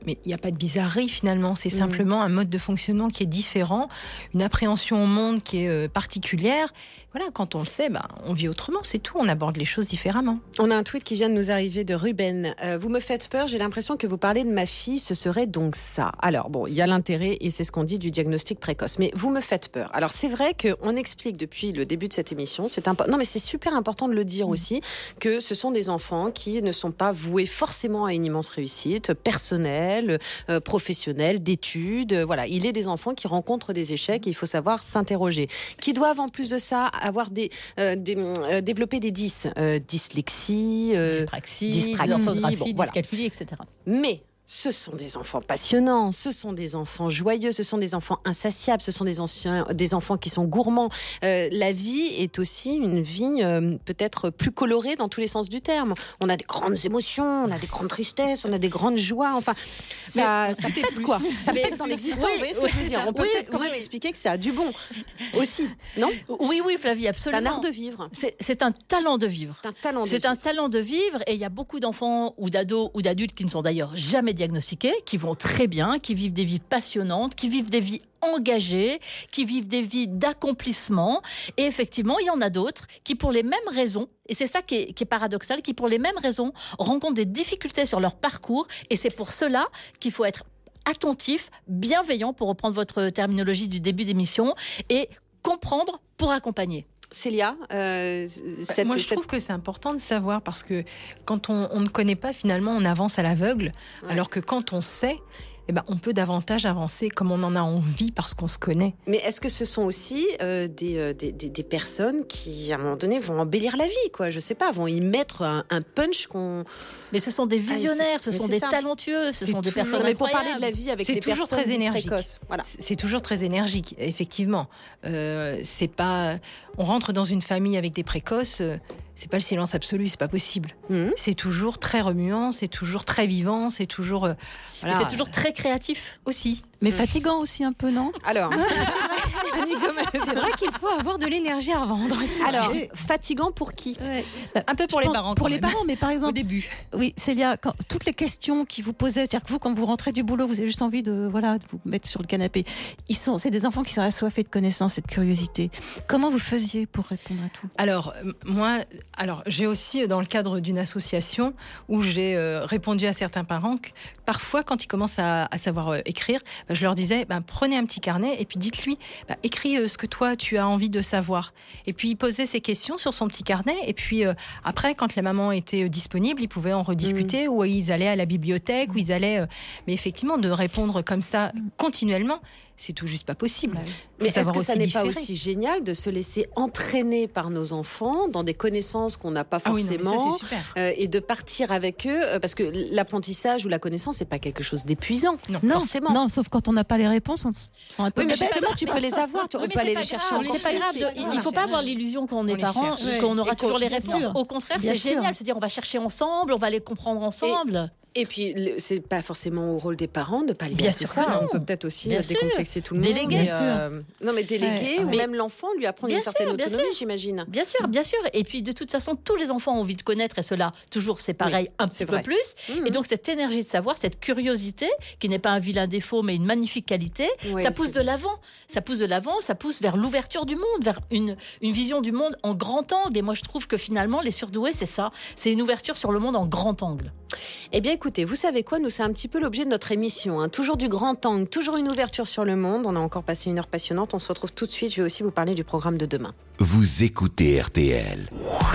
Mais il n'y a pas de bizarrerie finalement, c'est Mmh. simplement un mode de fonctionnement qui est différent, une appréhension au monde qui est euh, particulière. Voilà, quand on le sait, bah, on vit autrement, c'est tout, on aborde les choses différemment. On a un tweet qui vient de nous arriver de Ruben. Euh, vous me faites peur, j'ai l'impression que vous parlez de ma fille, ce serait donc ça. Alors bon, il y a l'intérêt et c'est ce qu'on dit du diagnostic précoce. Mais vous me faites peur. Alors c'est vrai qu'on explique depuis le début de cette émission, c'est impo- non mais c'est super important de le dire aussi, que ce sont des enfants qui ne sont pas voués forcément à une immense réussite personnelle, euh, professionnelle, d'études. Euh, voilà, il est des enfants qui rencontrent des échecs et il faut savoir s'interroger. Qui doivent en plus de ça avoir des, euh, des euh, développer des dys, euh, dyslexie, euh, Dyspraxie, dyspraxie, dysgraphie, bon, voilà. dyscalculie, et cetera. Mais ce sont des enfants passionnants, ce sont des enfants joyeux, ce sont des enfants insatiables, ce sont des, anciens, des enfants qui sont gourmands. Euh, la vie est aussi une vie euh, peut-être plus colorée dans tous les sens du terme. On a des grandes émotions, on a des grandes tristesses, on a des grandes joies. Enfin, ça, ça pète quoi Ça Mais- pète dans l'existant. oui, vous voyez ce que oui, je veux dire On peut oui, peut-être quand oui. même expliquer que ça a du bon aussi, non Oui, oui, Flavie, C'est absolument. un art de vivre. C'est, c'est un talent de vivre. C'est un talent de C'est vivre. un talent de vivre et il y a beaucoup d'enfants ou d'ados ou d'adultes qui ne sont d'ailleurs jamais diagnostiqués, qui vont très bien, qui vivent des vies passionnantes, qui vivent des vies engagées, qui vivent des vies d'accomplissement. Et effectivement, il y en a d'autres qui, pour les mêmes raisons, et c'est ça qui est, qui est paradoxal, qui pour les mêmes raisons rencontrent des difficultés sur leur parcours. Et c'est pour cela qu'il faut être attentif, bienveillant, pour reprendre votre terminologie du début d'émission, et comprendre pour accompagner. Célia, euh, cette, Moi, je cette- trouve que c'est important de savoir parce que quand on, on ne connaît pas, finalement, on avance à l'aveugle. Ouais. Alors que quand on sait, eh ben, on peut davantage avancer comme on en a envie parce qu'on se connaît. Mais est-ce que ce sont aussi euh, des, euh, des, des, des personnes qui, à un moment donné, vont embellir la vie, quoi ? Je sais pas, vont y mettre un, un punch qu'on... Mais ce sont des visionnaires, ce mais sont c'est des ça. talentueux, ce C'est sont des toujours- personnes Non, mais pour incroyables. parler de la vie avec C'est des toujours personnes très dites énergique. précoces. Voilà. C'est toujours très énergique, effectivement. Euh, c'est pas, on rentre dans une famille avec des précoces, euh, c'est pas le silence absolu, c'est pas possible. Mhm. C'est toujours très remuant, c'est toujours très vivant, c'est toujours, euh, Mais voilà, c'est toujours très créatif. aussi. Mais fatigant aussi un peu, non? Alors, Annie Gomez. C'est vrai qu'il faut avoir de l'énergie à revendre. Alors, fatigant pour qui ? un peu pour Je les pense- parents. Pour quand les même. parents, mais par Au exemple, début. oui, Célia, quand, toutes les questions qui vous posaient, c'est-à-dire que vous, quand vous rentrez du boulot, vous avez juste envie de, voilà, de vous mettre sur le canapé. Ils sont, c'est des enfants qui sont assoiffés de connaissances et de curiosité. Comment vous faisiez pour répondre à tout? Alors, euh, moi, alors, j'ai aussi, euh, dans le cadre d'une association où j'ai euh, répondu à certains parents que parfois, quand ils commencent à, à savoir euh, écrire, bah, je leur disais, bah, prenez un petit carnet et puis dites-lui, bah, écris euh, ce que toi, tu as envie de savoir. Et puis, il posait ses questions sur son petit carnet. Et puis, euh, après, quand la maman était euh, disponible, ils pouvaient en rediscuter, ou ils allaient à la bibliothèque, ou ils allaient... euh, mais effectivement, de répondre comme ça continuellement, c'est tout juste pas possible. Faut Mais est-ce savoir que ça aussi n'est pas différer. aussi génial de se laisser entraîner par nos enfants dans des connaissances qu'on n'a pas Ah oui, non, mais ça, forcément c'est super. euh, et de partir avec eux euh, parce que l'apprentissage ou la connaissance c'est pas quelque chose d'épuisant. Non. Non, forcément. non, sauf quand on n'a pas les réponses, on se sent un peu Oui, mais bête. justement, tu peux les avoir. Tu, Oui, on mais peut c'est aller pas les chercher grave, encore c'est pas plus. grave. de- il ne faut pas avoir l'illusion quand on, On est les parent, cherche. qu'on aura Et toujours qu'on- les bien réponses. sûr. Au contraire, Bien c'est sûr. génial de se dire on va chercher ensemble, on va les comprendre ensemble. Et puis, le- c'est pas forcément au rôle des parents de pallier Bien à tout sûr ça. que non. On peut peut-être aussi Bien euh, sûr. décomplexer tout le Déléguer. monde. Bien euh, non, mais déléguer Ouais. ou Mais- même l'enfant lui apprendre Bien une certaine sûr, bien autonomie, sûr. j'imagine. Bien sûr, bien sûr. Et puis de toute façon, tous les enfants ont envie de connaître, et cela, toujours, c'est pareil, un c'est petit peu vrai. plus. Mhm. Et donc cette énergie de savoir, cette curiosité, qui n'est pas un vilain défaut, mais une magnifique qualité, Ouais, ça pousse c'est de l'avant. Ça pousse de l'avant, ça pousse vers l'ouverture du monde, vers une, une vision du monde en grand angle. Et moi, je trouve que finalement, les surdoués, c'est ça. C'est une ouverture sur le monde en grand angle. Eh bien, écoutez, vous savez quoi? Nous, c'est un petit peu l'objet de notre émission. hein. Toujours du grand angle, toujours une ouverture sur le monde. On a encore passé une heure passionnante. On se retrouve tout de suite. Je vais aussi vous parler du programme de demain. Vous écoutez R T L.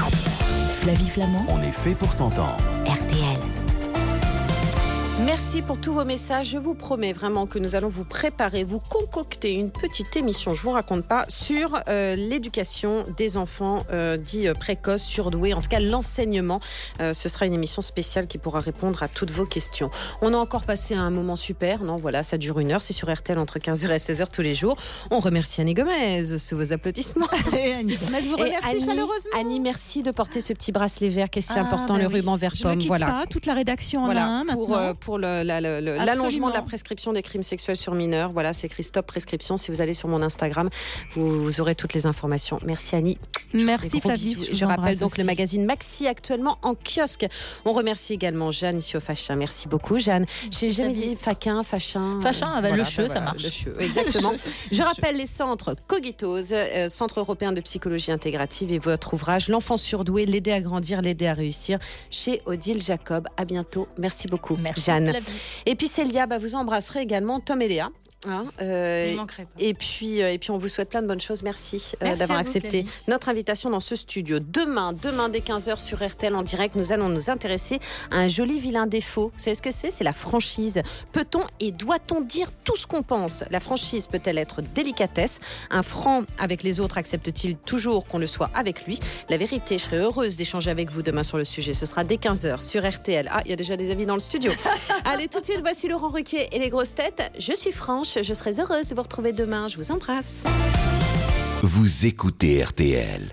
Flavie Flamand, On est fait pour s'entendre. R T L. Merci pour tous vos messages. Je vous promets vraiment que nous allons vous préparer, vous concocter une petite émission, je vous raconte pas, sur euh, l'éducation des enfants euh, dits euh, précoces, surdoués, en tout cas l'enseignement. Euh, ce sera une émission spéciale qui pourra répondre à toutes vos questions. On a encore passé un moment super, non voilà, ça dure une heure, c'est sur R T L entre quinze heures et seize heures tous les jours. On remercie Annie Gomez sous vos applaudissements. Et Annie Gomez vous Et remercie Annie, chaleureusement. Annie, merci, merci de porter ce petit bracelet vert qui est si Ah, important, bah le oui. ruban vert Je ne pomme. quitte Voilà. pas, toute la rédaction en a Voilà, un pour, maintenant. euh, pour pour le, la, le, le, l'allongement de la prescription des crimes sexuels sur mineurs. Voilà, c'est écrit Stop Prescription. Si vous allez sur mon Instagram, vous, vous aurez toutes les informations. Merci Annie. Merci Flavie. Je, je rappelle donc aussi. le magazine Maxi actuellement en kiosque. On remercie également Jeanne ici au Fachin. Merci beaucoup Jeanne. J'ai jamais dit Faquin, Fachin. Fachin, avec voilà, le cheveu, bah, ça voilà, marche. Le cheveu, exactement. Je rappelle les centres Cogitose, euh, Centre européen de psychologie intégrative, et votre ouvrage L'enfant surdoué, l'aider à grandir, l'aider à réussir, chez Odile Jacob. À bientôt. Merci beaucoup, Merci, Jeanne. Flavie. Et puis Célia, bah, vous embrasserez également Tom et Léa. Hein, euh, Je ne manquerai pas. et puis, euh, et puis on vous souhaite plein de bonnes choses. Merci, euh, Merci d'avoir à vous, accepté Flavie. notre invitation dans ce studio. Demain, demain dès quinze heures sur R T L en direct, nous allons nous intéresser à un joli vilain défaut. Vous savez ce que c'est ? C'est la franchise. Peut-on et doit-on dire tout ce qu'on pense ? La franchise peut-elle être délicatesse ? Un franc avec les autres accepte-t-il toujours qu'on le soit avec lui ? La vérité, je serai heureuse d'échanger avec vous demain sur le sujet. Ce sera dès quinze heures sur R T L. Ah, il y a déjà des avis dans le studio. Allez, tout de suite, voici Laurent Ruquier et les grosses têtes. Je suis franche, je serai heureuse de vous retrouver demain. Je vous embrasse. Vous écoutez R T L.